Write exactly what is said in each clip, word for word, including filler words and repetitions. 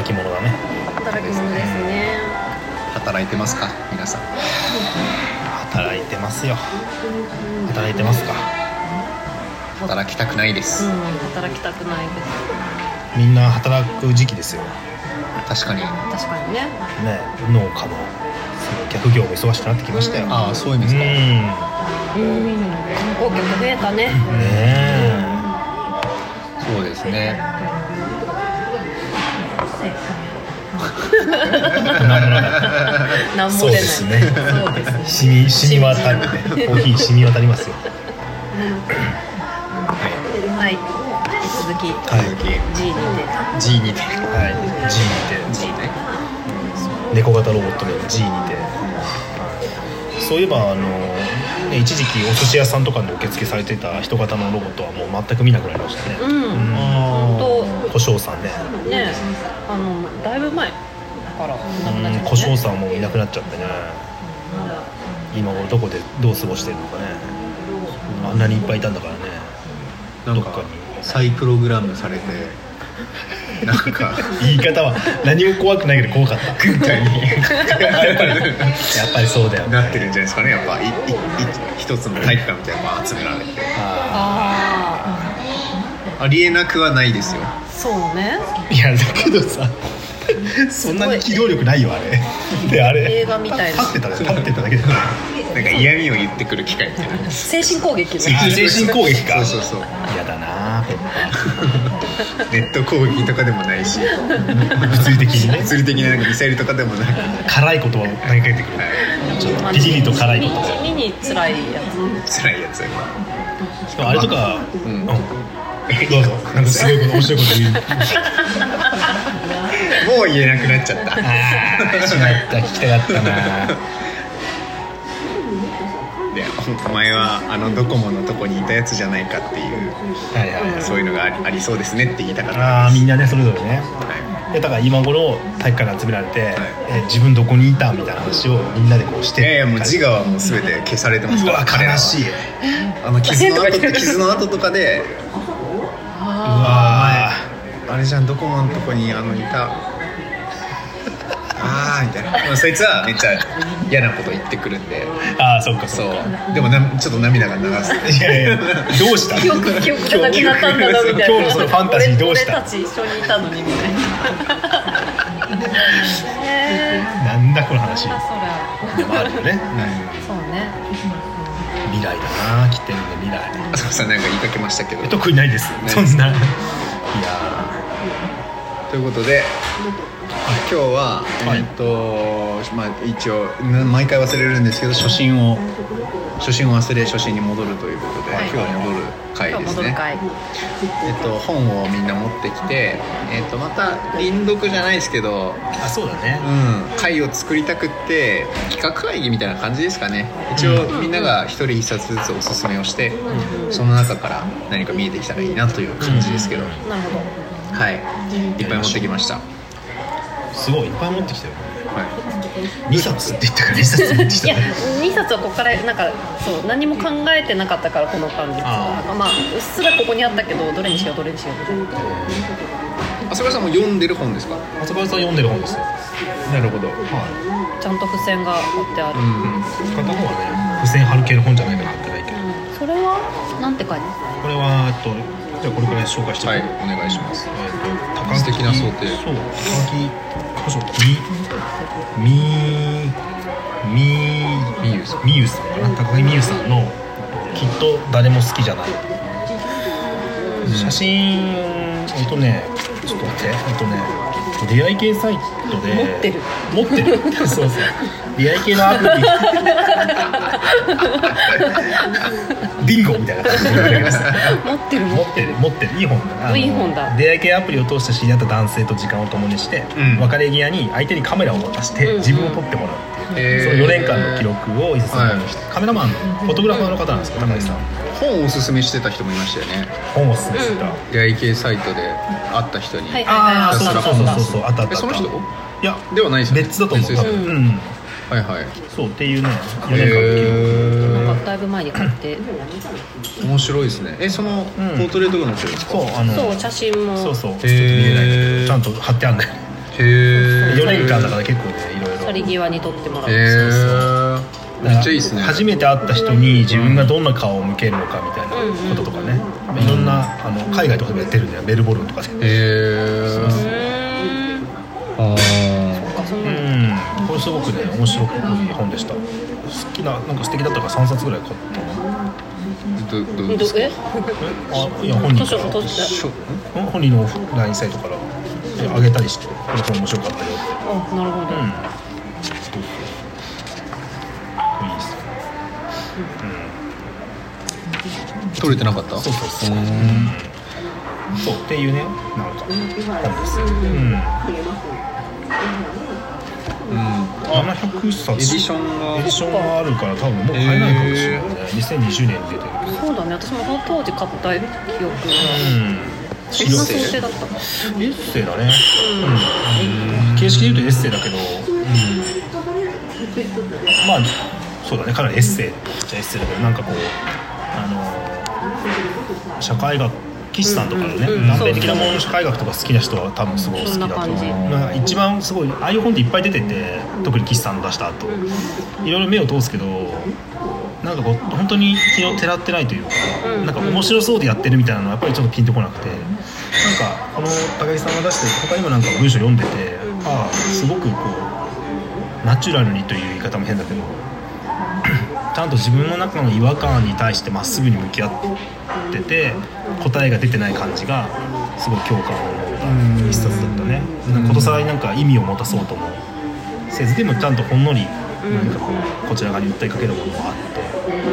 働き者だね。 働き者ですね。 働いてますか皆さん。 働いてますよ。働いてますか。 働きたくないです、 うん、働きたくないです。 みんな働く時期ですよ。 確かに。 確かにね。 ね、農家の客業も忙しくなってきましたよ。 ああ、そういう意味ですか。 うん、観光客増えたね。 ねえ、 そうですね。 なんも出ない。 そうですね。 そうですね。 染み染み渡るね。コーヒー染み渡りますよ。 はい。引き続き、 はい。 G にて G にて、 はい。G にて。 G ね。 猫型ロボットで G にて。そういえばあの、ね、一時期お寿司屋さんとかで受付されてた人型のロボットはもう全く見なくなりましたね。 うん。本当。 小翔さんね。 ね、あのだいぶ前からなくなっちゃったね。 小翔さんもいなくなっちゃってね。今頃どこでどう過ごしてるのかね。あんなにいっぱいいたんだからね。 なんかどっかに再プログラムされて、なんか言い方は何も怖くないけど怖かった。 軍隊にやっぱりやっぱりそうだよね。 なってるんじゃないですかね。やっぱいいい一つの体育館みたいなのが集められて、 ああありえなくはないですよ。 あ、そうね。 いやだけどさ、そんなに機動力ないよあれ。であれ映画みたいな。 立ってたね、立ってただけで。 なんか嫌味を言ってくる機械みたいな。 精神攻撃ね。 あ精神攻撃か。 そうそうそう。 嫌だなペッパー。 ネット攻撃とかでもないし、 物理的にね、 物理的ななんかミサイルとかでもなく、 辛いことを投げかけてくる。ちょっとピリリと辛いこと。 地味に辛いやつ。 辛いやつ。 しかもあれとか、 うん。 うん、どうぞ。なんかすごいこと面白いこと言う。 もう言えなくなっちゃった。 ああ、しまった聞きたかったな。 で、お前はあのドコモのとこにいたやつじゃないかっていう、 はいはいはい。 そういうのがあり、ありそうですねって言いたかったああ、みんなねそれぞれね。 はでだから今頃体育館に集められて、 いえ自分どこにいたみたいな話をみんなでこうしい。 て。 いやいや、もう自我はもう全て消されてますから。 うわ彼らは悲しい。 あの傷の跡って傷の跡とかで、 うわあれじゃん、ドコモのとこにあのいた。あーみたいな。そいつはめっちゃ嫌なこと言ってくるんで。 ああ、そっかそそっか。 う。でもなちょっと涙が流す。 いやいや、どうした記憶記憶がなくなったんだなみたいな。 今日のそのファンタジーどうした。 俺たち一緒にいたのにみたいな。へー。 なんだこの話。 あ、そりゃ。 でもあるよね。 そうね。 未来だな、来てるね未来。 あそこさんなんか言いかけましたけど。 特にないです。 いそんな。いやということで、今日は、 はいえーっとまあ、一応毎回忘れるんですけど、初心を初心を忘れ初心に戻るということで、 はい今日は戻る回ですね。 戻る会。 えっと、本をみんな持ってきて、えっと、また輪読じゃないですけど、 あ、そうだね。 うん、会を作りたくって企画会議みたいな感じですかね。一応みんなが一人一冊ずつおすすめをして、その中から何か見えてきたらいいなという感じですけど、 なるほど。 はい、いっぱい持ってきました。 すごいいっぱい持ってきたよ。 はにさつって言ったからにさつ持ってきいや、 たね。 にさつはここからなんかそう何も考えてなかったからこの感じ。 あまあうっすらここにあったけどどれにしようどれにしようみたいな。 い。朝倉さんも読んでる本ですか？ 朝倉さん読んでる本ですよ。 なるほど。 はちゃんと付箋が貼ってある。 うん。 い。片方はね、付箋貼る系の本じゃないから貼ってないけど。 それはなんて書いてこれはえっとじゃあこれくらい紹介してはい、 いこう。 お願いします。 えっと高木素敵な想定そう、高木こそみみみみゆさん。 みゆさんかな、高木みゆさんのきっと誰も好きじゃない。写真えっとねちょっと待ってえっとね出会い系サイトで持ってる持ってるそうそう出会い系のアプリビンゴみたいな感じで言われます持ってる持ってる持ってるいい本だな。 いい本だ。 出会い系アプリを通して知り合った男性と時間を共にして、 うん別れ際に相手にカメラを渡して、 うん自分を撮ってもらうっていう、 へーそのよねんかんの記録を一冊の本にして、カメラマンのフォトグラファーの方なんですけど、高橋さん、 本をおすすめしてた人もいましたよね。 本を勧めてた、 うん出会い系サイトで会った人に。 はいああそうそうそうそうあそうあったあったあったえ、その人いやではないですよね。 別だと思う別ですよね。 うん、 はいはい。 そうっていうねよねんかんの記録、 なんへかだいぶ前に買って。 ー、面白いですね。え、そのポートレートが面白いですか？ そうあのそう写真も。 そうそうちょっと見れないんだけどちゃんと貼ってあるんだよ。 へへえよねんかんだから結構ねいろいろ去り際に撮ってもらう。 へえめっちゃいいですね。 初めて会った人に自分がどんな顔を向けるのかみたいなこととかね、いろんなあの海外とかでもやってるんだよ、メルボルンとかで。 へえあうんこれすごくね面白い本でした。好きななんか素敵だったからさんさつぐらい買った。 どどうですか。 えあいや本人図書から図書本人の ライン サイトからあげたりしてこれ面白かったよって。 あ、なるほど、 うんいいです取れてなかった。 そうそうそう、うん、そうっていうねなんか本です、うんうん、ななひゃくさつエディションがエディションがあるから多分もう買えないかもしれないね、えー、にせんにじゅうねんに出てるけど。 そうだね、私もその当時買った記憶が、 うんエッセイだった。 エッセイだね、うんうん、形式で言うとエッセイだけど、うん、まあそうだねかなりエッセイじゃエッセイだけどなんかこうあの社会学岸さんとかのね、うん、断片的なものの社会学とか好きな人は多分すごい好きだと思う。まあ、一番すごいああいう本っていっぱい出てて特に岸さんの出した後いろいろ目を通すけどなんかこう本当に気をてらってないというか、うん、なんか面白そうでやってるみたいなのはやっぱりちょっとピンとこなくて、なんかこの高木さんが出して他にもなんか文章読んでて、ああすごくこうナチュラルにという言い方も変だけどちゃんと自分の中の違和感に対してまっすぐに向き合ってて答えが出てない感じがすごい共感を持った一冊だったね。なんかことさらになんか意味を持たそうともせずでもちゃんとほんのりなんかこうこちら側に訴えかけるものがあって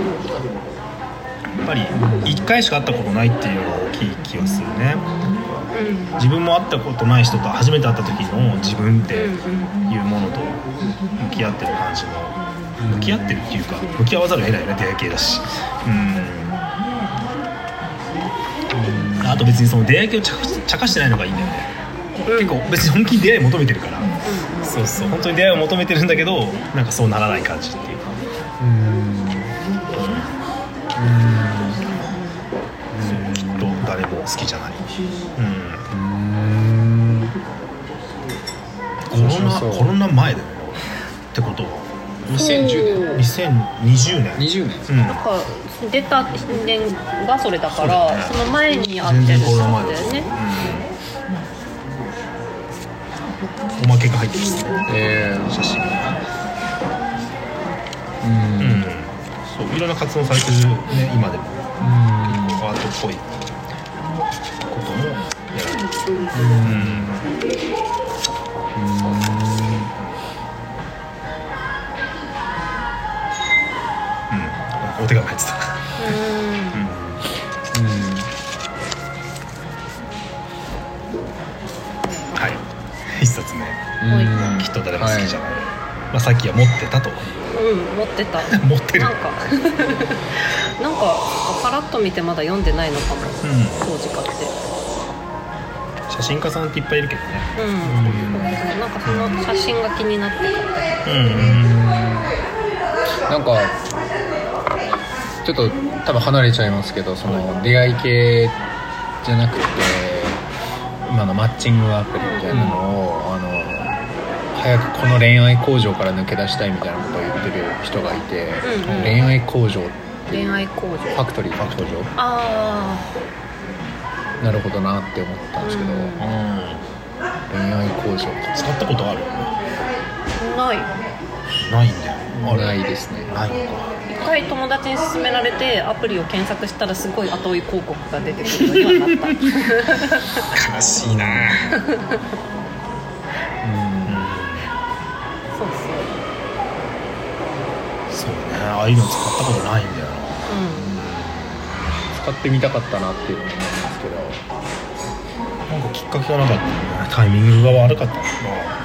やっぱりいっかいしか会ったことないっていうのが大きい気がするね。自分も会ったことない人と初めて会った時の自分っていうものと向き合ってる感じの向き合ってるっていうか向き合わざるを得ないよね出会い系だし、うん、あと別にその出会い系をちゃかし、ちゃかしてないのがいいんだよね。結構別に本気に出会い求めてるから、そうそう本当に出会いを求めてるんだけどなんかそうならない感じっていうか、うんうんきっと誰も好きじゃない、うん、コロナコロナ前だよねってことはにせんじゅうねんにせんにじゅうねんにじゅうねん、 うん、なんか出た年がそれだから そ,、ね、その前に会ってる人だよね。 おまけが入ってるしね、 えー、 写真、 うんうん、そういろんな活動されてるね今でも、うん、結構アートっぽいこともやられてる、うんうん、お手紙入ってた、うんうん、はい一冊目、うん、きっと誰も好きじゃない、はいまあ、さっきは持ってたとうん持ってた持ってるなんかなんかパラッと見てまだ読んでないのかも、うん、当時買って写真家さんっていっぱいいるけどねうん、うん、なんかその写真が気になって買った、うんうん、 なんかちょっと多分離れちゃいますけどその出会い系じゃなくて今のマッチングアプリみたいなのを、うん、あの早くこの恋愛工場から抜け出したいみたいなことを言ってる人がいて、うんうん、恋愛工場恋愛工場ファクトリーファクトリーああなるほどなって思ったんですけど、うん、恋愛工場使ったことある？ ないないんだよないですねないのか一回友達に勧められてアプリを検索したらすごい後追い広告が出てくるようにはなった悲しいなうんそうそうそうねああいうの使ったことないんだよな、うん、 使ってみたかったなっていうのも思うんですけどなんかきっかけがなかったねタイミングが悪かったのかな、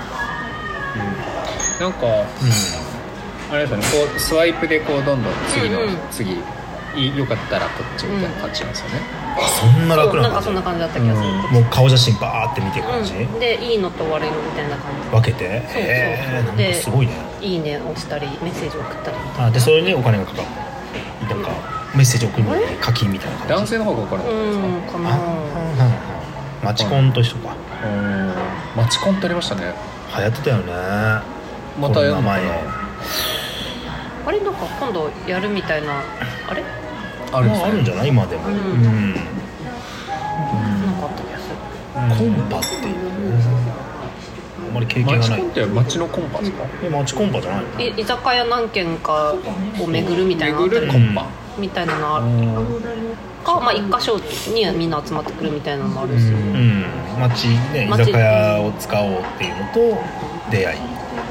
うん、なんか、うんあれですよね、こうスワイプでこうどんどん次の、うんうん、次よかったらこっちみたいな感じなんですよね、 うん、そんな楽ななんかそんな感じだった気がする、うん、 もう顔写真バーって見ていく感じ、 うん、でいいのと悪いのみたいな感じ分けてそうそうそう、えー、なんかすごいねいいね押したりメッセージ送ったりあでそれにお金がかかるなんかメッセージ送るのに課金みたいな感じ男性の方がかかるんですか、 うんかなマチコンと一緒かうんマチコンってありましたね。 流行ってたよね。 またやるのかな。 前あれなんか今度やるみたいなあれあるんですね。 まあ、あるんじゃない今でも、 うんうんなんかあった気がする。 コンパっていうあんまり経験がない。 マチコンって街のコンパですか？ えマチコンパじゃないの？ い居酒屋何軒かを巡るみたいなのあったり巡るコンパ。 みたいなのあるか、まあ、一箇所にみんな集まってくるみたいなのもあるし、 うん、街ね、居街酒屋を使おうっていうのと出会い、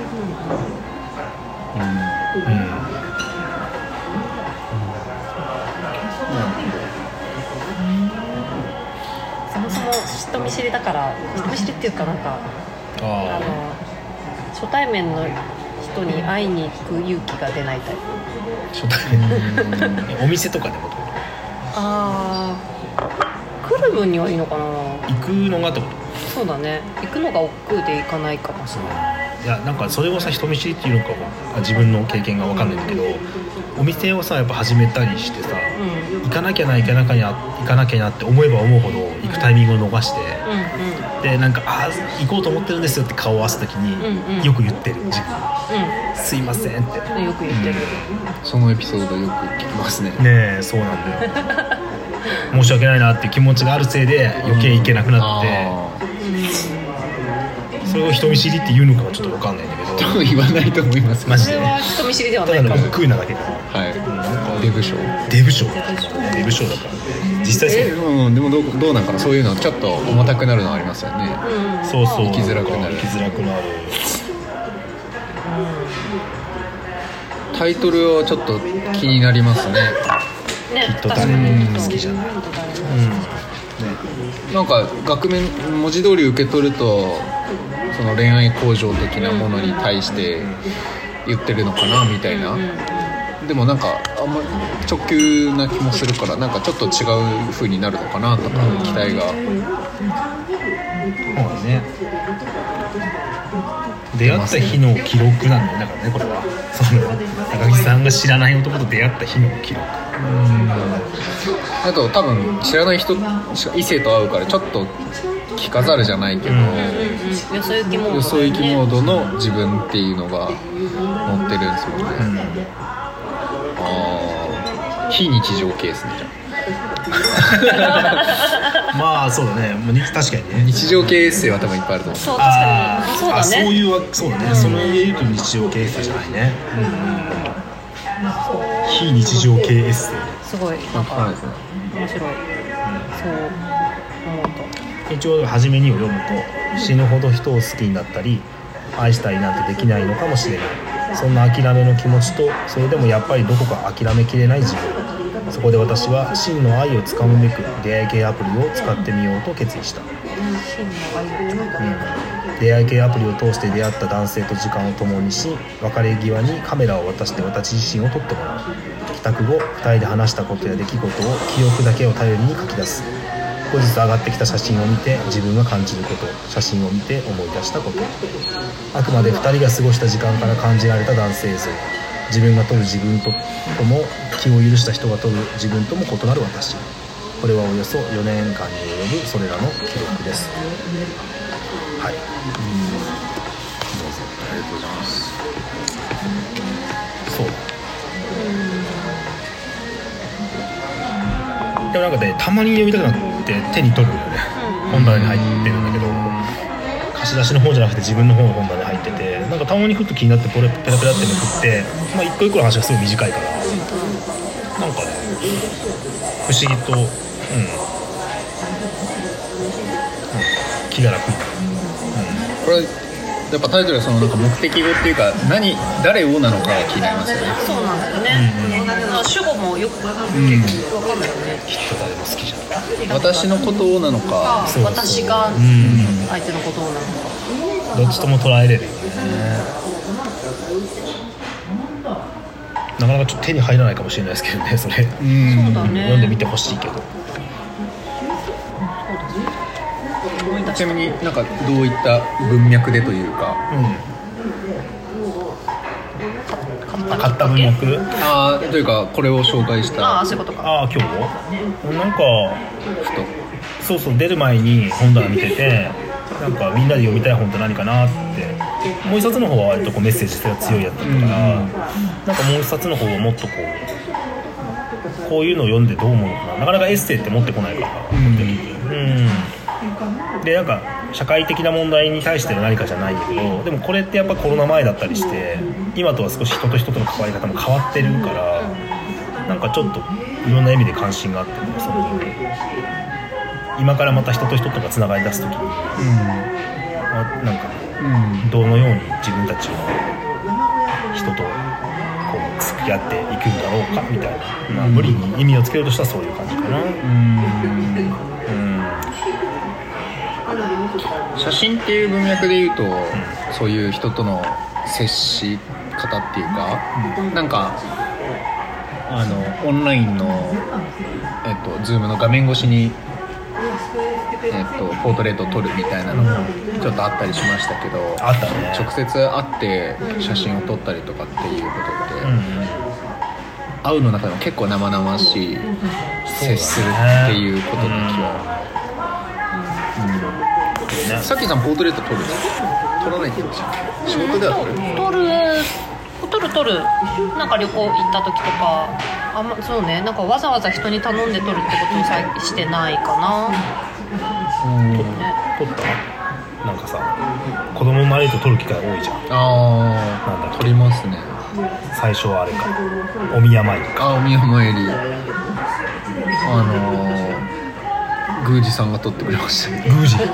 うんうん、 そもそも人見知りだから人見知りっていうかなんかああの初対面の人に会いに行く勇気が出ないタイプ。 初対面お店とかでもあー来る分にはいいのかな。 行くのがってこと？ そうだね、行くのが億劫で行かないかもしれない。 いやなんかそれをさ人見知りっていうのかも自分の経験が分かんないんだけど、お店をさやっぱ始めたりしてさ、 うん、 行かなきゃな行かなきゃな行かなきゃなって思えば思うほど行くタイミングを逃して、 うんうん、 でなんかあ行こうと思ってるんですよって顔を合わせた時に、 うんうん、 よく言ってる自分、 うん、 すいませんってよく言ってる、 うん、そのエピソードよく聞きますね。 ねえそうなんだよ申し訳ないなっていう気持ちがあるせいで余計行けなくなって、うん、それを人見知りって言うのかはちょっと分かんないんだけど多分言わないと思いますマジでそれは人見知りではないただかの億劫なだけで、 はい、うん、デブ賞デブ賞デブ賞だから実際そう、 えーうん、でもどう、どうなんかな、そういうのちょっと重たくなるのありますよね、 うん、 そうそう生きづらくなる生きづらくなる、 うん、タイトルはちょっと気になりますね。 ね、 きっと誰も好きじゃない、 きっと誰もうん、 なんか額面文字通り受け取るとその恋愛向上的なものに対して言ってるのかなみたいな、でもなんかあんま直球な気もするからなんかちょっと違う風になるのかなとか期待が、 そうだね、出会った日の記録なんだよだからねこれはその高木さんが知らない男と出会った日の記録、うんあと多分知らない人異性と会うからちょっと着飾るじゃないけど、うんうんうん、 よそ行きモード、ね、 よそ行きモードの自分っていうのが載ってるんですよね、うん、あ非日常系ですねじゃあまあそうだね確かにね日常系エッセイは多分いっぱいあると思う。 そう確かにそうだね、 あそういうそうだね、うん、その家で言うと日常系エッセイじゃないね、うんうん、非日常系エッセイすごいなんか面白い、うん、そう思うと一応初めにを読むと死ぬほど人を好きになったり愛したりなんてできないのかもしれない、そんな諦めの気持ちとそれでもやっぱりどこか諦めきれない自分、そこで私は真の愛をつかむべく出会い系アプリを使ってみようと決意した、 真の愛を使ってみよう、 うん、出会い系アプリを通して出会った男性と時間を共にし別れ際にカメラを渡して私自身を撮ってもらう、帰宅後ふたりで話したことや出来事を記憶だけを頼りに書き出す、後日上がってきた写真を見て自分が感じること、写真を見て思い出したこと、あくまでふたりが過ごした時間から感じられた男性像、自分が撮る自分とも気を許した人が撮る自分とも異なる私、これはおよそよねんかんに及ぶそれらの記録です。はい、うん、どうぞありがとうございます。 そうでもなんかねたまに読みたくなって手に取るんだよね、本棚に入ってるんだけど貸し出しの方じゃなくて自分の方の本棚に入ってて、なんかたまにふっと気になってこれペラペラってめくって、まあ、一個一個の話がすごい短いからなんかね不思議と、うん、気が楽になる、うん、 これやっぱタイトルはそのなんか目的語っていうか何誰をなのかが気になりますよね。 そうなんだよね、うんうん、主語もよく分かんないよね、 きっと誰も好きじゃない私のことをなのかそうそう私が相手のことをなのか、 どっちとも捉えれるよね、なかなかちょっと手に入らないかもしれないですけどねそれ、 うんそうだね、 読んでみてほしいけど。 ちなみになんかどういった文脈でというか、 うん、買った文脈あというかこれを紹介したああそういうことか、 ああ今日なんかふとそうそう出る前に本棚見ててなんかみんなで読みたい本って何かなって、もう一冊の方は割とこうメッセージ性が強いやったから、うん、なんかもう一冊の方はもっとこうこういうのを読んでどう思うのかな、なかなかエッセイって持ってこないから、うん、うん、でなんか社会的な問題に対しての何かじゃないんだけど、でもこれってやっぱコロナ前だったりして今とは少し人と人との関わり方も変わってるから、なんかちょっといろんな意味で関心があって、その今からまた人と人とがつながり出すときに、うん、なんか、うん、どのように自分たちは人とこう付き合っていくんだろうかみたいな、まあ、無理に意味をつけるとしたらそういう感じかな。うん、 うん、写真っていう文脈で言うと、うん、そういう人との接し方っていうか、うん、なんかあのオンラインの、えっと、Zoom の画面越しにえっと、ポートレートを撮るみたいなのもちょっとあったりしましたけど、 あったね、 直接会って写真を撮ったりとかっていうことって、うん、会うの中でも結構生々しい接するっていうことだけは、うんうん、さっきさんポートレート撮るの撮らないって言いましたっけ？仕事では撮る？ 撮る撮る撮るなんか旅行行った時とか、あんまそうね、なんかわざわざ人に頼んで撮るってことをさしてないかな。 うん、撮った？なんかさ、子供生まれると撮る機会多いじゃん。 ああ、なんだ撮りますね。 最初はあれか、お宮参りか。 あ、お宮参り。あのー、宮司さんが撮ってくれましたね。 宮司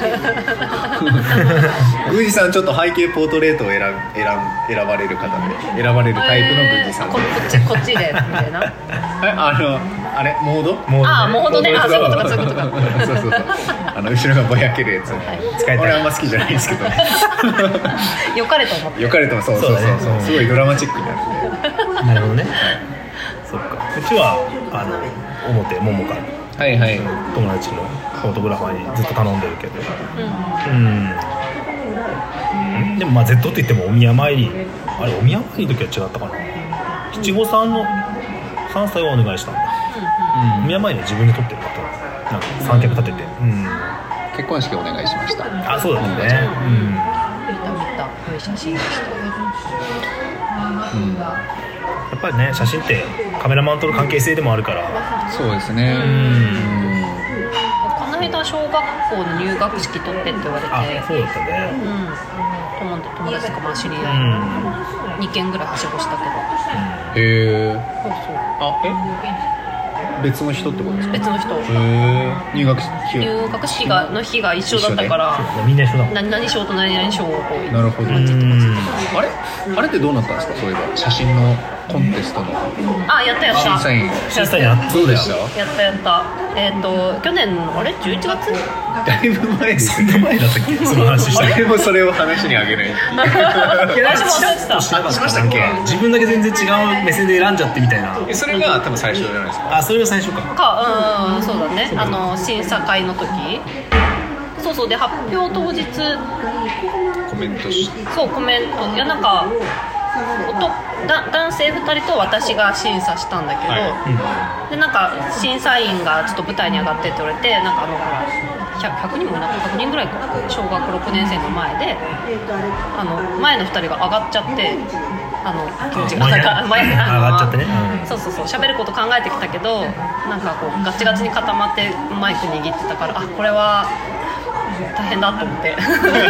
宮司さんちょっと背景ポートレートを選選選ばれる方で、選ばれるタイプの宮司さん、 えー、こ, こっちこっちでみたいなあのあれモードモード、ね、あモードね、あそういうことかそういうことかそうそうそう、あの後ろがぼやけるやつ、はい、使いたい。俺はあんま好きじゃないですけどねよかれと思ってよかれともそうそうそうそう、そう、ね、すごいドラマチックになるんでなるほどね、はい、そっか。うちはあの表桃かはいはい、 友達のフォトグラファーにずっと頼んでるけど、うん、うん、でもまあ Z って言ってもお宮参り、あれお宮参りの時は違ったかな、七五三のさんさいはお願いしたんだ、うん、お宮参りは自分で撮ってる方なんか三脚立てて、うん、 結婚式お願いしました。 あ、そうだったね、うん、 見た見た、良い写真でした、うん、 やっぱりね、写真ってカメラマンとの関係性でもあるから。 そうですね、うん、 この間小学校の入学式撮ってって言われて、 あ、そうだったね、 うん、友達かまあ知り合い、うん、にけんぐらいはしごしたけど、 うん、へえ、そうそう、あ、え別の人ってことですか？ 別の人。 へー、入学式入学式がの日が一緒だったから、 みんな一緒だもん。 何々賞と何々賞をこう。 なるほど。あれあれってどうなったんですか？そういえば写真のコンテストの。 あ、やったやった。 審査員。 審査員やった。 どうでした？ やったやった。えっと去年のあれじゅういちがつ？ だいぶ前ですね。 そんな前だったっけ？その話した。 俺もそれを話にあげない。 私も忘れてた。 しましたっけ？自分だけ全然違う目線で選んじゃってみたいな。 それが多分最初じゃないですか。 あ、それが最初か。 か、うん、そうだね。あの審査会の時。そうそうで発表当日。 コメントし。 そうコメント。いやなんか。だ男性ふたりと私が審査したんだけど、はい、でなんか審査員がちょっと舞台に上がってって言われて、なんかあのほら ひゃくにんもいなかったひゃくにんぐらいか小学校ろくねん生の前であの前のふたりが上がっちゃって、あの気持ちがなんか前に上がっちゃってね、 うん、そうそうそう喋ること考えてきたけどなんかこうガチガチに固まってマイク握ってたから、あこれは大変だと思って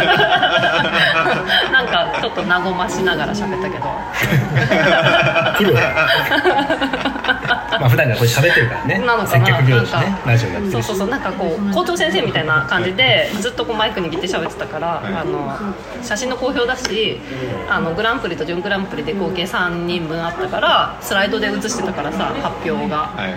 なんかちょっと和ましながら喋ったけどプロやまあ普段からこれ喋ってるからね、 なのかな、 接客業だしね、ラジオやってるし、 そうそうそう、なんかこう校長先生みたいな感じでずっとこうマイク握って喋ってたから、あの写真の好評だし、あのグランプリと準グランプリで合計さんにんぶんあったからスライドで写してたからさ、発表が、はい、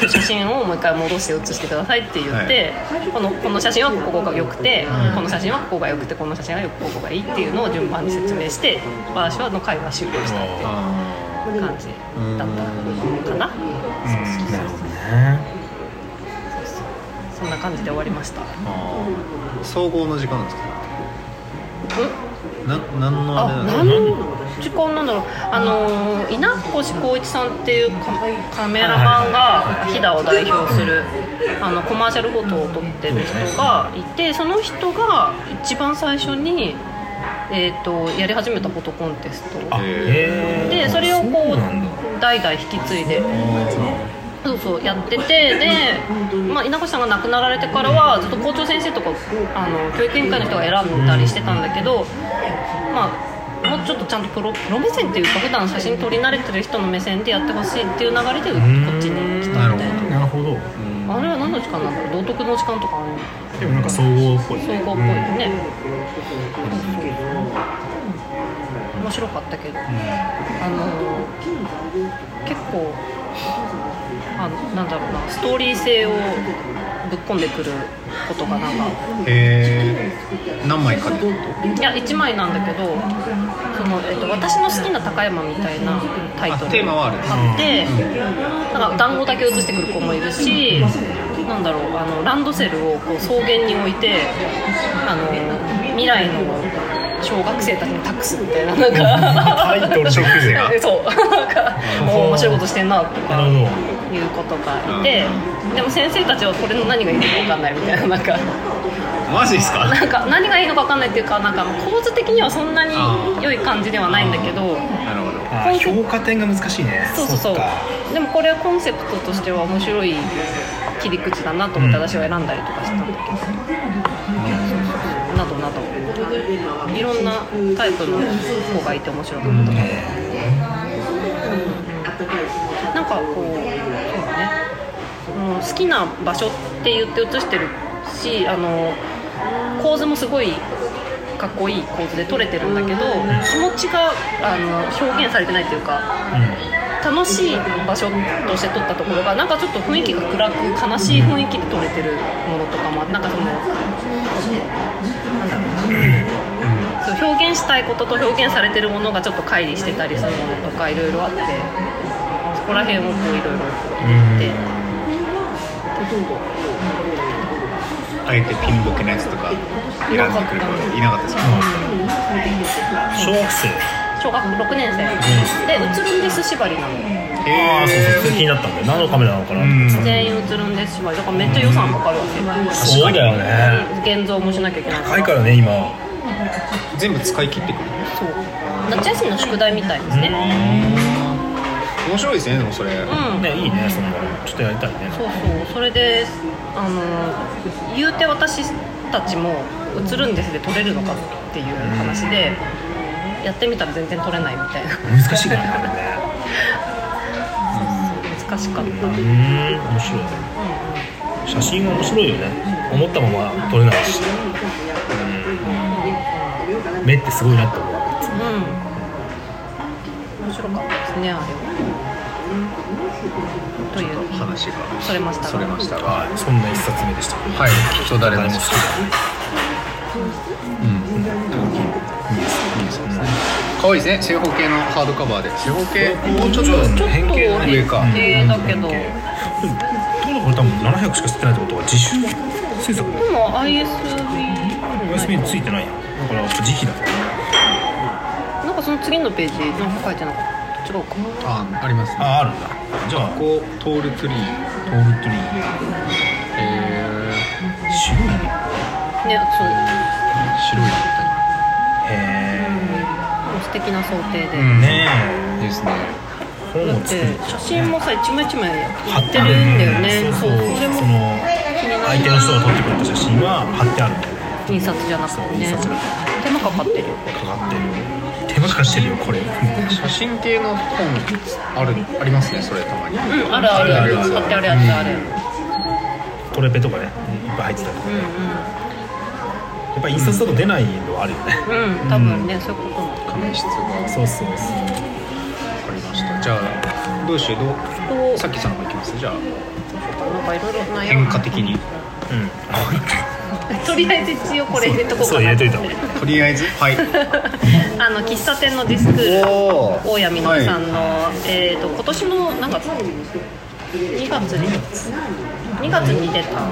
写真をもう一回戻して写してくださいって言って、はい、このこの写真はここが良くて、うん、この写真はここが良くてこの写真はここがいいっていうのを順番に説明して私はの会話終了したっていう感じだったかな。 うん、なるほどね。 そうそう、そんな感じで終わりました。 あ総合の時間なんですか？ ん？ な何のあれなんですか？ 時間なんだろう、あの稲越光一さんっていうカ, カメラマンが飛騨を代表するあのコマーシャルフォトを撮ってる人がいて、その人が一番最初に、えー、とやり始めたフォトコンテストで、それをこう代々引き継いでそうそうやってて、で、まあ、稲越さんが亡くなられてからはずっと校長先生とかあの教育委員会の人が選んだりしてたんだけど、まあ、もうちょっとちゃんとプロ、プロ目線っていうか普段写真撮り慣れてる人の目線でやってほしいっていう流れでこっちに来たみたいな。 なるほど。 あれは何の時間なんだろう、道徳の時間とかあるの。 でもなんか総合っぽい総合っぽいよね。面白かったけど、あの結構あのなんだろうな、ストーリー性をぶっ込んでくることがなんか、 へー、何枚かでいやいちまいなんだけど、その、えっと、私の好きな高山みたいなタイトルあテーマはあるあって、なんか団子だけ写してくる子もいるし、なんだろう、あのランドセルをこう草原に置いてあの未来の小学生たちに託すみたいな、なんかタイトル小学生がそうなんか面白いことしてんなとかなるほどいうことがいて、でも先生たちはこれの何がいいのか分かんないみたいな、なんかマジですか？ なんか何がいいのか分かんないっていうか、なんか構図的にはそんなに良い感じではないんだけど、 なるほど。 あー評価点が難しいね。 そうそうそう。 っかでもこれはコンセプトとしては面白い切り口だなと思って私は選んだりとかしたんだけど、などなどいろんなタイプの子がいて面白かった。なんかこう、そうだね、うん、好きな場所って言って写してるし、あの構図もすごいかっこいい構図で撮れてるんだけど、気持ちがあの表現されてないっていうか、うん、楽しい場所として撮ったところがなんかちょっと雰囲気が暗く悲しい雰囲気で撮れてるものとかも、なんかそのなんだろうな、うん、そう表現したいことと表現されてるものがちょっと乖離してたりするものとかいろいろあって、そこら辺をこういろいろ言って、 あえてピンボケのやつとか選んでくる子いなかったですか？ 小学生小学ろくねん生、うん、で映るんです縛りなの。 ああ、そうそう、それ気になったんだよ。何のカメラなのかな、うん、 全員映るんです縛りだからめっちゃ予算かかるわけ。 そうだよね、 現像もしなきゃいけない高いからね今。 全部使い切ってくる。 そう、夏休みの宿題みたいですね。 面白いですね、でもそれ、 うん、 ね、いいね、そんなのちょっとやりたいね。 そうそう、それであの言うて私たちも映るんですで撮れるのかっていう話で、うん、やってみたら全然撮れないみたいな。 難しいからね、あれね。 そうそう、難しかった。うん、 面白い、うん、写真は面白いよね。思ったまま撮れないし、うん、目ってすごいなって思う。うん、面白かったですね、あれは。という話がそれましたが、 それましたが、 はい、そんな一冊目でした。 はい、きっと誰も好きだ。うん、うん、いいです、いいですね。可愛いですね、正方形のハードカバーで。正方形、もうちょっと変形の上か。変形だけど、 これ多分ななひゃくしか吸ってないってことは自主制作だよ。 でも アイエスビーアイエスビー ついてないよ。だから自費だから。 なんかその次のページなんか書いてなかった。違うか。 あ、ありますね。 あ、あるんだ。じゃあこうトールトゥリー、 トールトゥリー。 えー、白いね。 ね、そう。 白いだっへー。素敵な想定で。 うん、ねえ。ですね。 本を作る。 写真もさ一枚一枚貼ってるんだよね。 そう。それもその相手の人が撮ってくれた写真は貼ってあるんだよ。 印刷じゃなくてね。手間かかってるよ。 かかってる。手間かかってるよこれ。 写真系の本あるありますね、それたまに。 うん、あるあるある。貼ってあるやつある。 トレペとかね、いっぱい入ってたりとか。うんうん。やっぱり印刷だと出ないのはあるよね。 うん、多分ね、そういうことも。 紙質が。 そうそうそう。わかりました。じゃあどうしよう、どうさっきさんの方いきます。じゃあなんかいろいろ悩む変化的に。うん。 とりあえず一応これ入れとこうかな。 そう入れといた。 とりあえずはいあの喫茶店のディスクール大谷実さんの、はい、えーと今年の何月にがつににがつに出た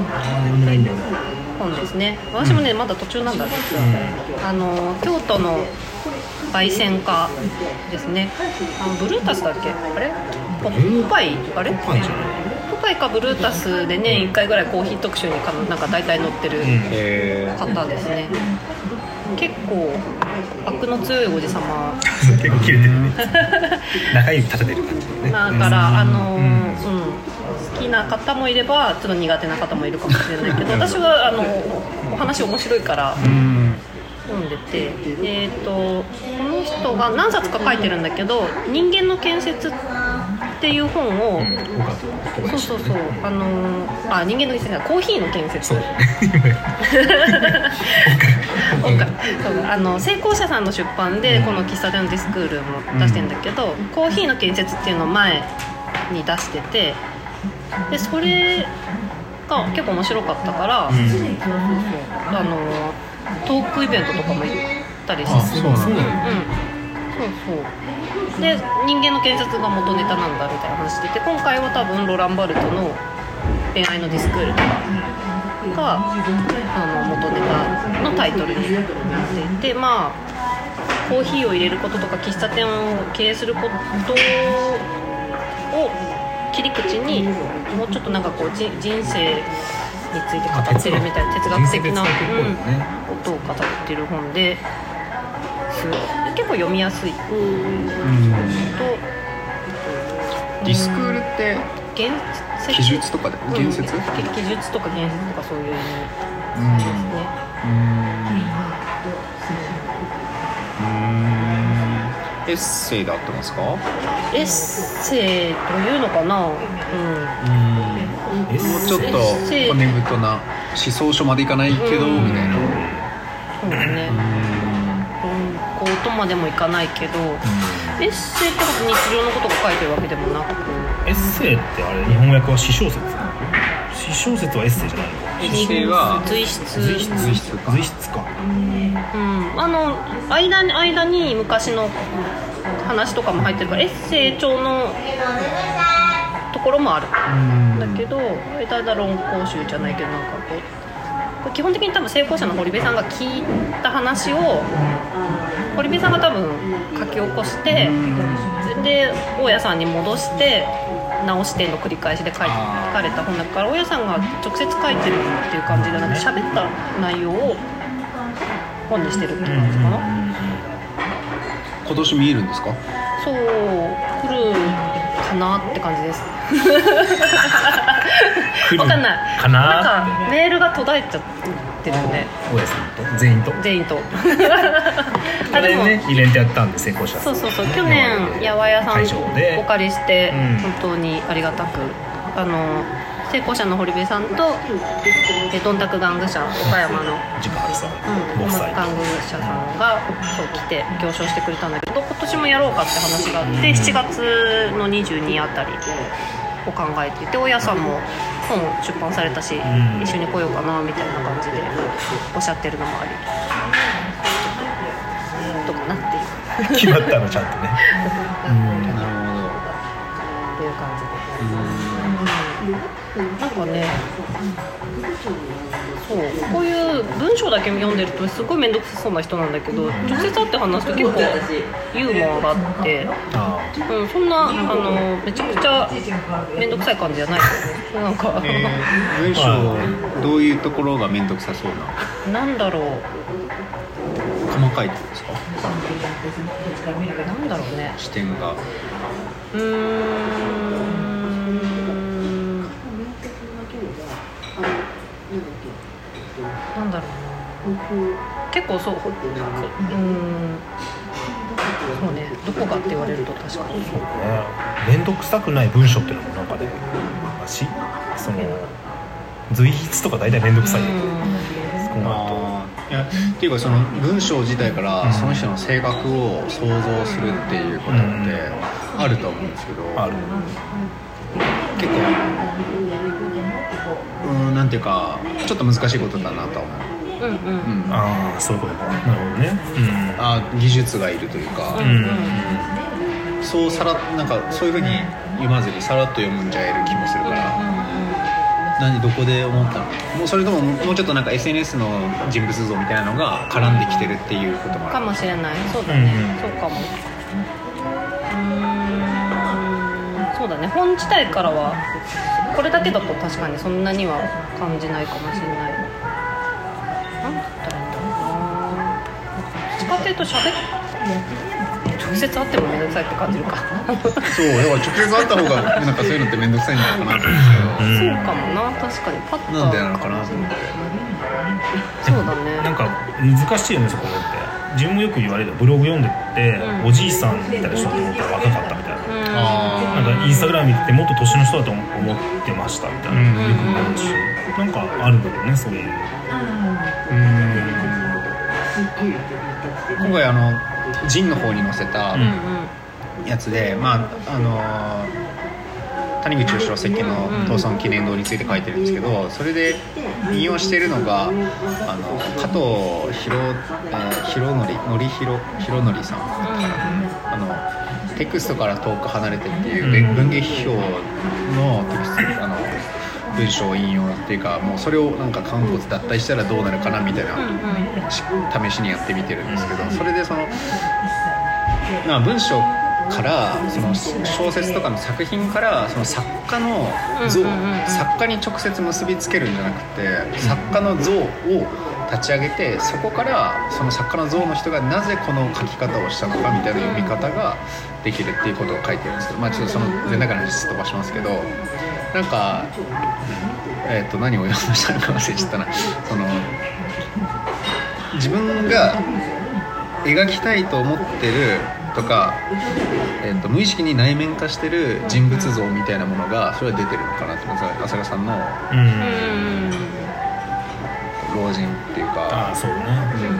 本ですね。私もね、うん、まだ途中なんだけど、うん、あの京都の焙煎家ですね。あのブルータスだっけ、あれポパイあれポパイかブルータスで年いっかいぐらいコーヒー特集にかなんか大体載ってる方ですね。結構悪の強いおじさま結構切れてるね中指立ててる感じね。 だからあの、うんうん、好きな方もいればちょっと苦手な方もいるかもしれないけど私はあのお話面白いから読んでて、えーとこの人が何冊か書いてるんだけど「人間の建設」っていう本を、うん、そうそうそうあのあ人間の建設コーヒーの建設そうそうあの成功者さんの出版でこの喫茶店のディスクールも出してるんだけど、うん、コーヒーの建設っていうのを前に出しててでそれが結構面白かったから、うん、そうそうそうあのトークイベントとかも行ったりしてそうそうそうそうで人間の建設が元ネタなんだみたいな話してて今回は多分ロランバルトの恋愛のディスクールとかがあの元ネタのタイトルになっていてまあコーヒーを入れることとか喫茶店を経営することを切り口にもうちょっとなんかこう人生について語ってるみたいな哲学的な、うん、ことを語ってる本で結構読みやすい、うん、とディスクールって記述とかで言説、うん、記述とか言説とかそういう意味ですね。 うんエッセイで合ってますか？ エッセイというのかな、うん、 もうちょっと骨太な思想書までいかないけど、うん、みたいなそうだねこうとまでもいかないけど、うん、エッセイってこと日常のことが書いてるわけでもなくエッセイってあれ日本訳は詩小説詩小説はエッセイじゃないのエッセイは随筆随筆随筆か随筆か、うん、 あの間に間に昔の話とかも入ってるからエッセイ調のところもあるだけど間だ論考集じゃないけどなんかこう基本的に多分成功者の堀部さんが聞いた話を堀部さんが多分書き起こしてで大家さんに戻して直しての繰り返しで書かれた本だから大家さんが直接書いてるっていう感じでなんか喋った内容を本にしてるっていう感じかな。 今年見えるんですか？ そう来るかなって感じです分かんないかななんかメールが途絶えちゃってるよね大家さんと全員と全員とあれねイベントやったんで成功者そうそうそう去年八百屋さんお借りして、うん、本当にありがたくあの成功者の堀部さんとドンタク玩具社岡山の自家発さんご夫妻玩具社さんがそう来て行商してくれたんだけど今年もやろうかって話があってしちがつのにじゅうにあたりを考えていて大家さんも本出版されたし、うん、一緒に来ようかなみたいな感じでおっしゃってるのもありどうかなっていう決まったのちゃんとねうんなるほどっていう感じでなんかねそうこういう文章だけ読んでるとすごい面倒くさそうな人なんだけど直接会って話すと結構ユーモアがあって、うん、そんなあのめちゃくちゃ面倒くさい感じじゃないなんか、 えー、文章どういうところが面倒くさそうななんだろう細かいってことですかなんだろうね視点がうーんなんだろうな結構そううーんそうねどこかって言われると確かにそうね面倒くさくない文章っていうのもなんかねしその随筆とか大体面倒くさいよねそこがいやっていうかその文章自体からその人の性格を想像するっていうことってあると思うんですけど、 ある結構うんなんていうかちょっと難しいことだなと思う。 うんうんうん、 ああそういうことかなるほどね、うん、 あ技術がいるというか、うんうん、そうさらなんかそういう風に読まずにさらっと読むんじゃいる気もするから、うんうん、 何どこで思ったの？もうそれとももうちょっとなんか エスエヌエス の人物像みたいなのが絡んできてるっていうこともあるかもしれない。そうだね、うん、そうかも。うーん、そうだね。本自体からはこれだけだと確かにそんなには感じないかもしれない。なんだったらいいんだろうな。どっちかっていうと喋っ直接会ってもめんどくさいって感じるか。 そう、だから直接会った方がなんかそういうのってめんどくさいのかなと思うんですけど、 うん、そうかもな。確かにパッとなんでなのかなと思って。 そうだね。 なんか難しいよねそこって。自分もよく言われるブログ読んでって、うん、おじいさんみたいな人だと思ったら若かったみたいな、うん、あなんかインスタグラム見てもっと年の人だと思ってましたみたいな、うん、よく言うし、なんかあるんだよねそういう、うんうん、今回あのジンの方に載せたやつで、うん、まああの谷口義郎設計の倒産記念堂について書いてるんですけど、それで引用しているのがあの加藤博弘則則弘弘則さん、うん、あのテクストから遠く離れてっていう文芸批評のテクストあの文章を引用っていうか、もうそれをなんか刊物脱退したらどうなるかなみたいな試しにやってみてるんですけど、それでそのまあ文章からその小説とかの作品からその作家の像、作家に直接結びつけるんじゃなくて作家の像を立ち上げて、そこからその作家の像の人がなぜこの書き方をしたのかみたいな読み方ができるっていうことを書いてるんですけど、まあちょっとその全体から話飛ばしますけど、なんかえっと何を読んでしたのか忘れちゃったな。その自分が描きたいと思ってるとか、えー、と無意識に内面化してる人物像みたいなものがそれは出てるのかなって思います。浅香さんの老人っていうか、 あそうね、うん、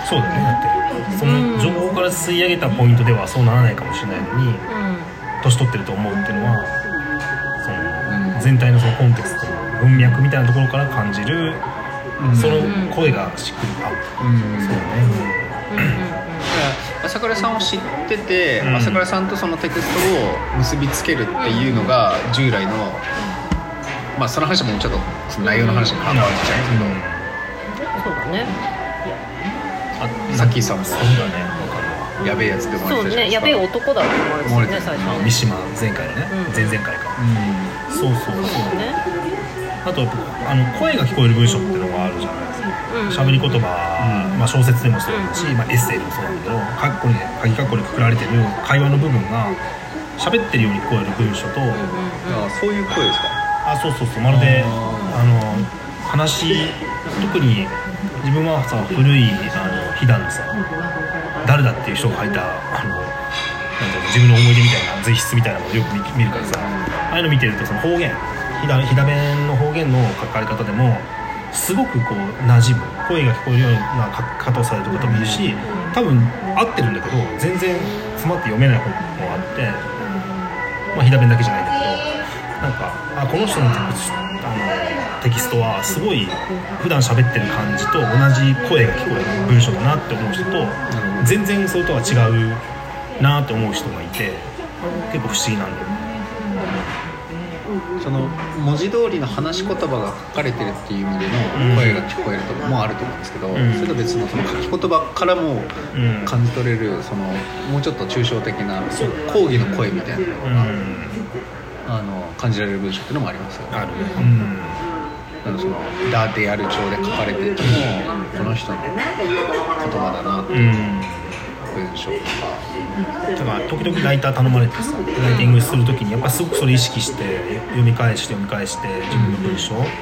そうだね。だってその情報から吸い上げたポイントではそうならないかもしれないのに、うん、年取ってると思うっていうのはその、うん、全体のそのコンテクストの文脈みたいなところから感じる、うん、その声がしっくり合う、うん、そうね。 朝倉さんを知ってて、うん、朝倉さんとそのテクストを結びつけるっていうのが従来の、まあその話もちょっとその内容の話に関わっちゃうんですけど、 そうだね。 あさっきさんもそうだね、やべえやつって思われてたじゃないですか。そうね、やべえ男だと思われてたね最初は。 三島前回のね、うん、前々回か、うん、そうそうそうね。あとあの声が聞こえる文章っていうのがあるじゃないですか。喋、うん、り言葉、うんまあ、小説でもそうだし、うんまあ、エッセイでもそうなんだけど、カッコに鍵カッコにくくられてる会話の部分が喋ってるように聞こえる文章と、うんうんうん、 あそういう声ですか。 あそうそうそうまるであの話特に自分はさ古いあの飛騨のさ誰だっていう人が書いたあのなん自分の思い出みたいな随筆みたいなのをよく見るからさ、ああいうの見てるとその方言飛騨弁の方言の書かれ方でもすごくこう馴染む声が聞こえるような書き方をされることもいるし、多分合ってるんだけど全然詰まって読めない本もあって、まあ飛騨弁だけじゃないんだけど、なんかあこの人のテクスト、あのテキストはすごい普段喋ってる感じと同じ声が聞こえる文章だなって思う人と、全然それとは違うなって思う人がいて、結構不思議なんだよね。 その文字通りの話し言葉が書かれてるっていう意味での声が聞こえるとかもあると思うんですけど、うん、それと別のその書き言葉からも感じ取れるそのもうちょっと抽象的な講義の声みたいなのが、うん、あの感じられる文章っていうのもありますよね。あるね、うん、なんかそのダーテやる調で書かれててもこの人の言葉だなっていう、うん文章とかだから時々ライター頼まれてさライティングするときにやっぱすごくそれ意識して読み返して読み返して自分の文章なんか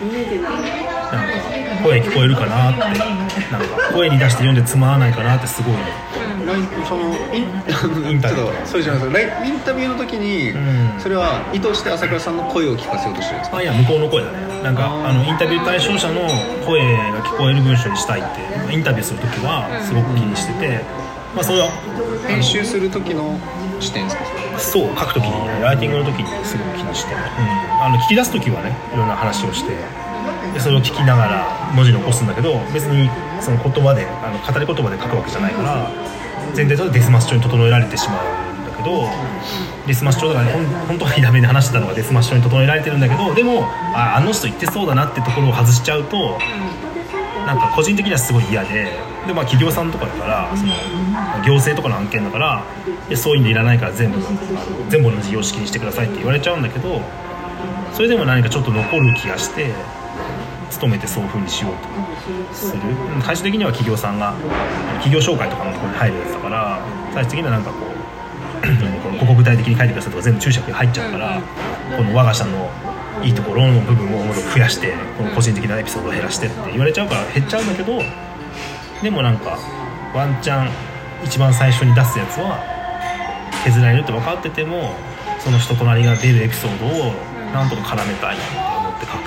声聞こえるかなってなんか声に出して読んでつまらないかなってすごい、 うん、そのインタビューそうじゃないですかインタビューの時に、うん、それは意図して朝倉さんの声を聞かせようとしてるんですか。 あいや向こうの声だね。なんかあのインタビュー対象者の声が聞こえる文章にしたいってインタビューするときはすごく気にしてて、まあ、それは編集する時の視点ですか。 そう書く時にライティングの時にすごく気にして、うん、あの聞き出す時はねいろんな話をしてでそれを聞きながら文字に起こすんだけど別にその言葉であの語り言葉で書くわけじゃないから全体とデスマッシュに整えられてしまうんだけけど、デスマッシュ調とかね、本当は火ダメで話してたのがデスマッシュ調に整えられてるんだけど、でも あ, あの人言ってそうだなってところを外しちゃうと、なんか個人的にはすごい嫌で、で、まあ、企業さんとかだからその行政とかの案件だからそういうんでいらないから全部全部の事業式にしてくださいって言われちゃうんだけど、それでも何かちょっと残る気がして努めてそういう風にしようとする。最終的には企業さんが企業紹介とかのところに入るやつだから、最終的にはなんかこうここ具体的に書いてくださいとか全部注釈に入っちゃうから、この我が社のいいところの部分をもっと増やしてこの個人的なエピソードを減らしてって言われちゃうから減っちゃうんだけど、でもなんかワンチャン一番最初に出すやつは削られるって分かってても、その人となりが出るエピソードをなんとか絡めたいって思って書く、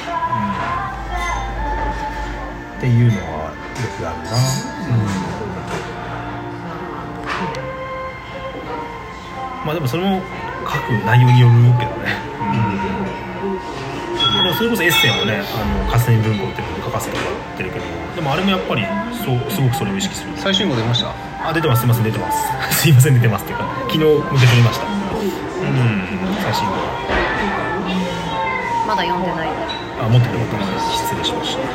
うん、っていうのはよくあるな、うん、まあでもそれも書く内容によるけどね、うん、でもそれこそエッセイもね、あの霞文庫っていうのに書かせてもらってるけど、でもあれもやっぱりそうすごくそれを意識する。 最新号出ました？ あ、出てます。すいません出てますすいません出てますっていうか昨日受け取りました。うん、最新号まだ読んでない。 あ、持ってることないです。失礼しました。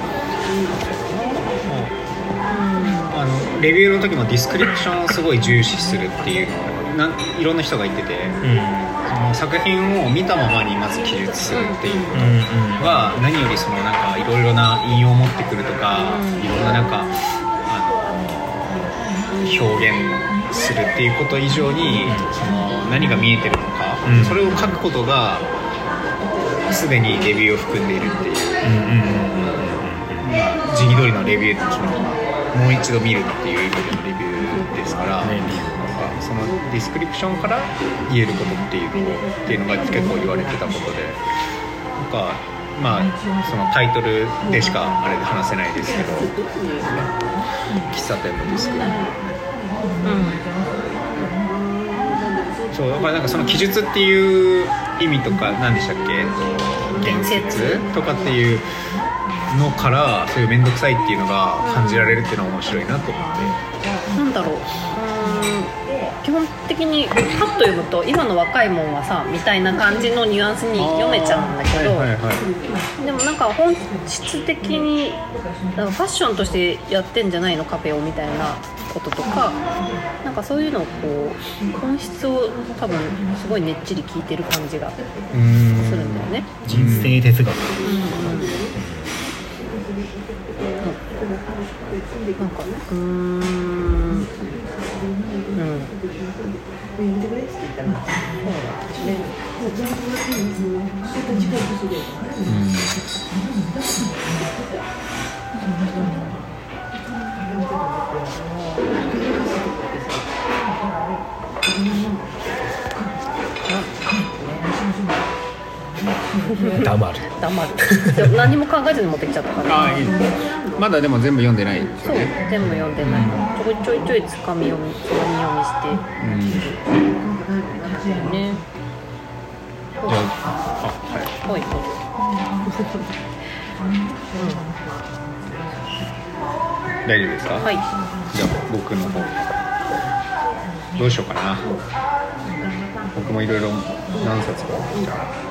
あのレビューの時もディスクリプションをすごい重視するっていうのをないろんな人が言ってて、うん、その作品を見たままにまず記述するっていうことは何よりそのなんかいろいろな引用を持ってくるとか、いろんななんかあの表現するっていうこと以上に、その何が見えてるのか、うん、それを書くことがすでにレビューを含んでいるっていう、時期通りのレビューっていうのはもう一度見るっていう意味でのレビューですから、ね、なんかそのディスクリプションから言えることっていうのっていうのが結構言われてたことで、なんかまあそのタイトルでしかあれで話せないですけど、喫茶店のディスク、うん、そうだからなんかその記述っていう意味とか何でしたっけ、えっと、言説とかっていうのからそういう面倒くさいっていうのが感じられるっていうのは面白いなと思って、 なんだろう、うーん、基本的にパッと読むと今の若いもんはさみたいな感じのニュアンスに読めちゃうんだけど、はいはいはい、でもなんか本質的になんかファッションとしてやってんじゃないのカフェをみたいなこととか、なんかそういうのをこう本質を多分すごいねっちり聞いてる感じがするんだよね。 人生哲学、うんうん、 なんかうーん、うん、 黙る黙る何も考えずに持ってきちゃったから、 あ、いいまだでも全部読んでないですよね。 そう、全部読んでない、うん、ちょいちょいちょいつかみ読みつかみ読みして、うん、ね。 じゃあ、あ、はいはいうん、大丈夫ですか？ はい。 じゃあ僕の方どうしようかな。僕もいろいろ何冊かじゃあ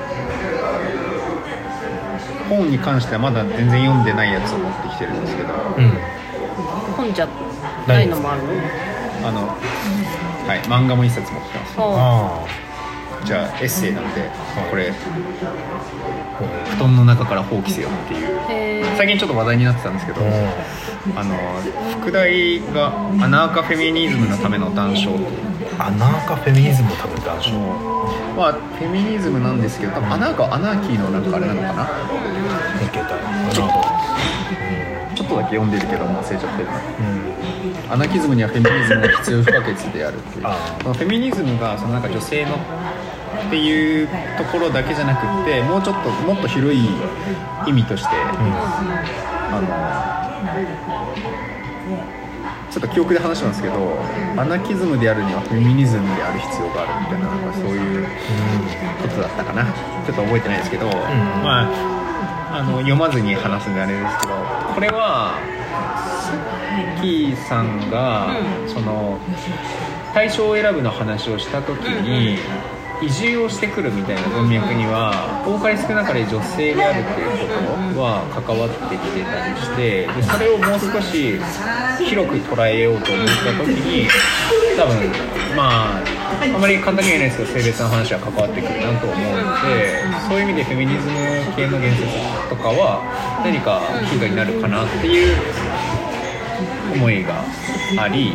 本に関してはまだ全然読んでないやつを持ってきてるんですけど、うん、 本じゃないのもあるの？ あの、はい、漫画も一冊持ってきてます。あ、じゃあエッセイなんでこれ布団の中から放棄せよっていう最近ちょっと話題になってたんですけど、あの副題がアナーカフェミニズムのための談笑っていう。 アナーカフェミニズムのための談笑、 まあフェミニズムなんですけど、多分アナーカはアナーキーのなんかあれなのかな、ちょっとちょっとだけ読んでるけど忘れちゃってる、うん、アナキズムにはフェミニズムが必要不可欠であるっていう、そのフェミニズムがそのなんか女性のっていうところだけじゃなくってもうちょっともっと広い意味として、うん、あのちょっと記憶で話したんですけど、アナキズムであるにはフェミニズムである必要があるみたいな、なんかそういうことだったかな、ちょっと覚えてないですけど、うん、まあ、あの読まずに話すんであれですけど、これはキーさんが、うん、その対象を選ぶの話をした時に、移住をしてくるみたいな文脈には多かれ少なかれ女性であるっていうことは関わってきてたりして、でそれをもう少し広く捉えようと思った時に、多分まああんまり簡単には言えないですけど性別の話は関わってくるなと思うので、そういう意味でフェミニズム系の言説とかは何かヒントになるかなっていう思いがあり、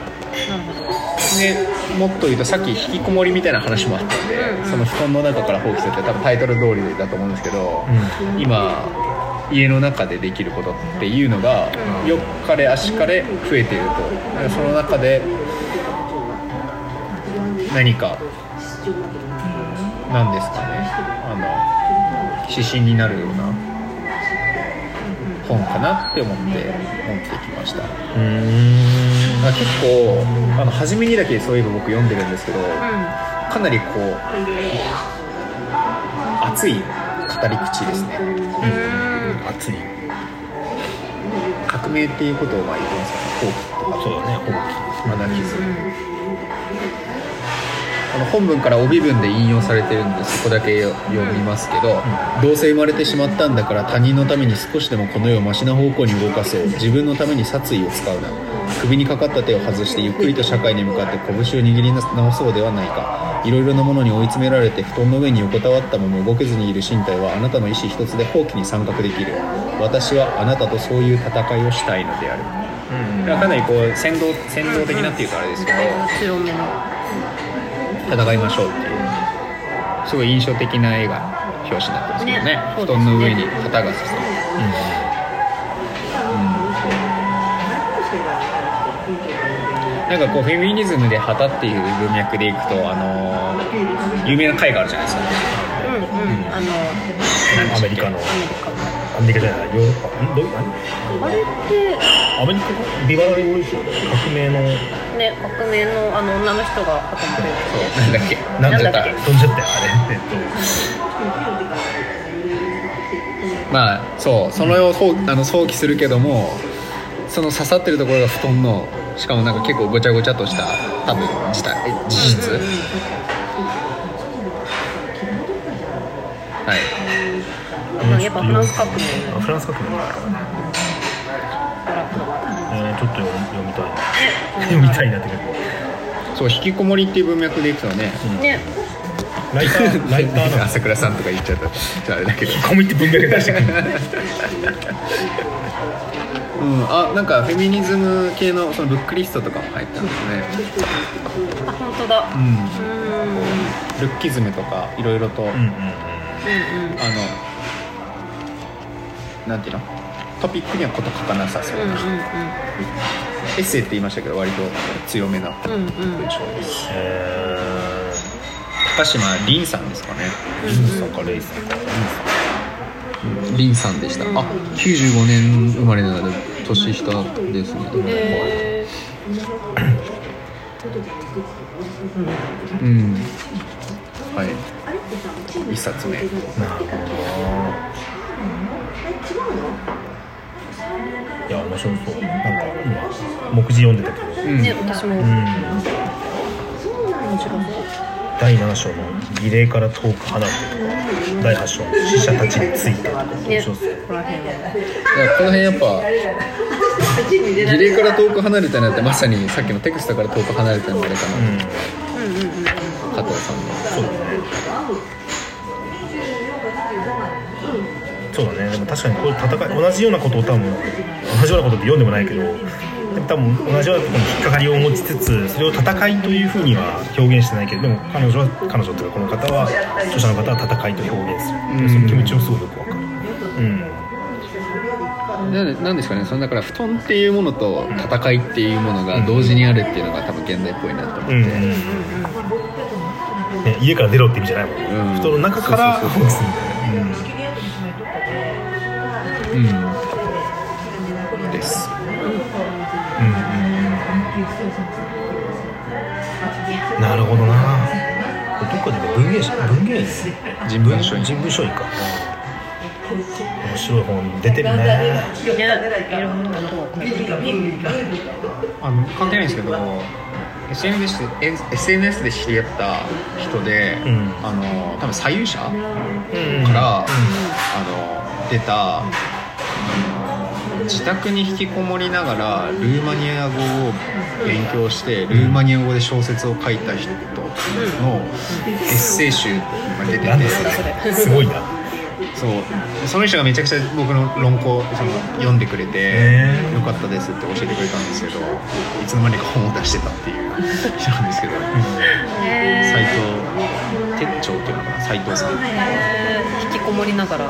でもっと言うとさっき引きこもりみたいな話もあったんで、うんうん、その布団の中から放棄するって多分タイトル通りだと思うんですけど、うん、今家の中でできることっていうのが、うん、よかれあしかれ増えていると。その中で何か何ですかね、あの指針になるような本かなって思って持ってきました。うーん、結構あの初めにだけそういえば僕読んでるんですけど、うん、かなりこう熱い語り口ですね。うん、熱い革命っていうことをまあ言ってますよね。放棄とか。そうだね、放棄、アナリズム、うん、あの本文から帯文で引用されてるんでそこだけ読みますけど、うん、どうせ生まれてしまったんだから他人のために少しでもこの世をマシな方向に動かそう。自分のために殺意を使うな。首にかかった手を外してゆっくりと社会に向かって拳を握り直そうではないか。いろいろなものに追い詰められて布団の上に横たわったまま動けずにいる身体はあなたの意思一つで放棄に参画できる。私はあなたとそういう戦いをしたいのである。うん、だからかなりこう先導先導的なっていうかあれですけど、 強めの戦いましょうっていうすごい印象的な絵が表紙になってますけどね。ね、布団の上に旗がさす、うんうん、なんかこうフェミニズムで旗っていう文脈でいくと、あのー、有名な絵画あるじゃないですか。 うんうん、あのアメリカのアメリカじゃないヨーロッパ、んどういうあれってアメリカビバラリー革命のね、革命のあの女の人が旗持ってるやつね。なんだっけ、 なんだっけ、飛んじゃったよあれ、えっとまあそう、それをあの想起するけども、その刺さってるところが布団の、しかもなんか結構ごちゃごちゃとした多分自体実質、うんうん、はい、 やっぱフランス革命、 あフランス革命だからね、えー、ちょっと読みたいな読みたいなってそう引きこもりっていう文脈でいくとね、 うん、ねライターライター朝倉さんとか言っちゃったじゃああれだけど引きこもりって文脈出してくるうん、あ、なんかフェミニズム系のそのブックリストとかも入ったんですね。 あ、本当だ。うん。うんルッキズムとかいろいろと、うんうんうん、あのなんていうの、トピックにはこと書かなさそうな、うんうんうん、エッセイって言いましたけど割と強めな文章です。うんうん、へー、高島凛さんですかね。 凛さんかレイさんか。 凛さんでした。あ、きゅうじゅうごねん生まれなので年下ですね。へー、うん、はい、一冊目。なるほど。 いや面白そう。なんか今目次読んでたけど、うん、 ね、私も、うん、面白そう。 だいなな章の儀礼から遠く離れてとか、だいはち章の死者たちについてとか、面白そう。 この辺この辺やっぱ儀礼から遠く離れたのってまさにさっきのテクストから遠く離れたのあれかな、うん、加藤さんの。 そうだね。そうだね。でも確かにこういう戦い、同じようなことを多分同じようなことって読んでもないけど、でも多分同じようなところに引っかかりを持ちつつ、それを戦いというふうには表現してないけど、でも彼女は彼女というかこの方は著者の方は戦いと表現する。うん、その気持ちをすごくよくわかる。うん。 な, なんですかね、そのだから布団っていうものと戦いっていうものが同時にあるっていうのが多分現代っぽいなと思って、うんうんうん、 ね、家から出ろって意味じゃないもんね、うん、布団の中から放棄するんだよね。 うん、うん、です、うんうんうん、なるほどな。どっかで文芸誌文芸誌人文書院人文書院か。面白い本出てるね。 あの関係ないんですけど、 エスエヌエス, エスエヌエス で知り合った人で、うん、あの多分左右者から、うん、あの出た、うん、自宅に引きこもりながらルーマニア語を勉強してルーマニア語で小説を書いた人のエッセイ集が出てて、 すごいな。 そうその人がめちゃくちゃ僕の論考その読んでくれてよかったですって教えてくれたんですけど、いつの間にか本を出してたっていう人なんですけど、斉藤鉄長っていうのかな、斉藤さん、 引きこもりながら、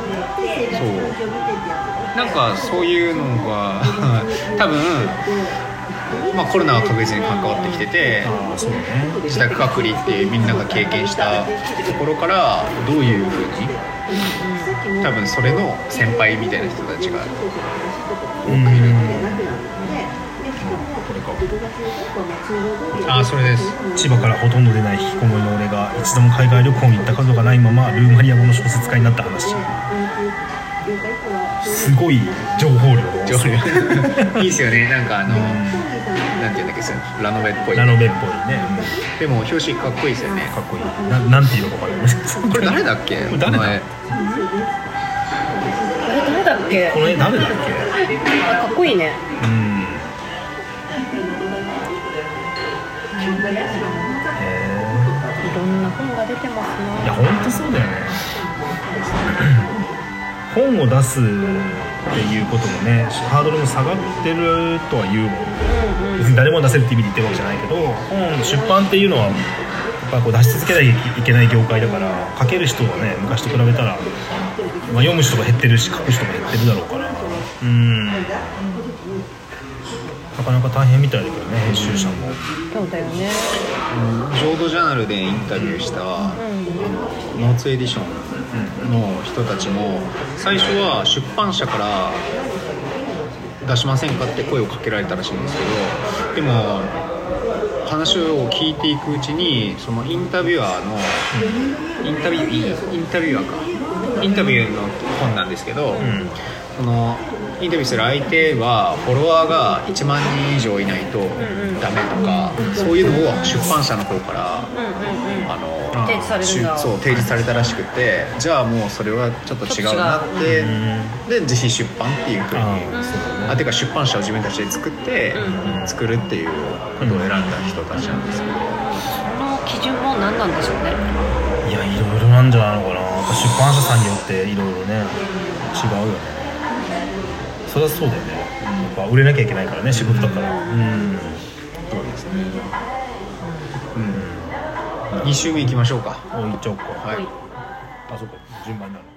そうなんかそういうのが多分まあ、コロナは確実に関わってきてて、あそうね、自宅隔離ってみんなが経験したところからどういうふうに多分それの先輩みたいな人たちが多くいる。これか。あ、それです。 千葉からほとんど出ない引きこもりの俺が一度も海外旅行に行ったことがないままルーマニア語の小説家になった話。すごい情報量。 情報量。いいですよね。なんかあの、なんていうんだっけ、ラノベっぽい。 ラノベっぽいね。 でも表紙かっこいいですよね。 かっこいい。な、なんていうのか分かんない。 これ誰だっけ？ これ誰だ？ え、誰だっけ？ これ誰だっけ？ あ、かっこいいね。うん。いろんな本が出てますね。 いや、本当そうだよね。本を出すっていうこともね、ハードルも下がってるとは言うもん、うんうん、別に誰も出せるって意味で言ってるわけじゃないけど、本出版っていうのはやっぱこう出し続けなきゃいけない業界だから、書ける人はね昔と比べたら、まあ、読む人が減ってるし書く人も減ってるだろうから、うん、なかなか大変みたいだけどね、編集者も。 そうだよね。 浄土ジャーナルでインタビューした、うん、ノーツエディションの人たちも最初は出版社から出しませんかって声をかけられたらしいんですけど、でも話を聞いていくうちにそのインタビュアーの、うん、インタビューインタビュアーかインタビューの本なんですけど、うん、そのインタビューする相手はフォロワーがいちまんにん以上いないとダメとか、うんうん、そういうのを出版社の方から、うんうんうん、あの提示されるんだ。 そう提示されたらしくて、じゃあもうそれはちょっと違うなって、で自費出版っていう風に、あてか出版社を自分たちで作って、うん、作るっていうことを選んだ人たちなんですけど、 その基準も何なんでしょうね。 いや、いろいろなんじゃないのかな。やっぱ出版社さんによっていろいろね違うよね。そりゃそうだよね。やっぱ売れなきゃいけないからね、仕事だから。うん。 そうですね。うん。に週目行きましょうか。 お、行っちゃおうか。 はい。 あ、そうか、順番になる。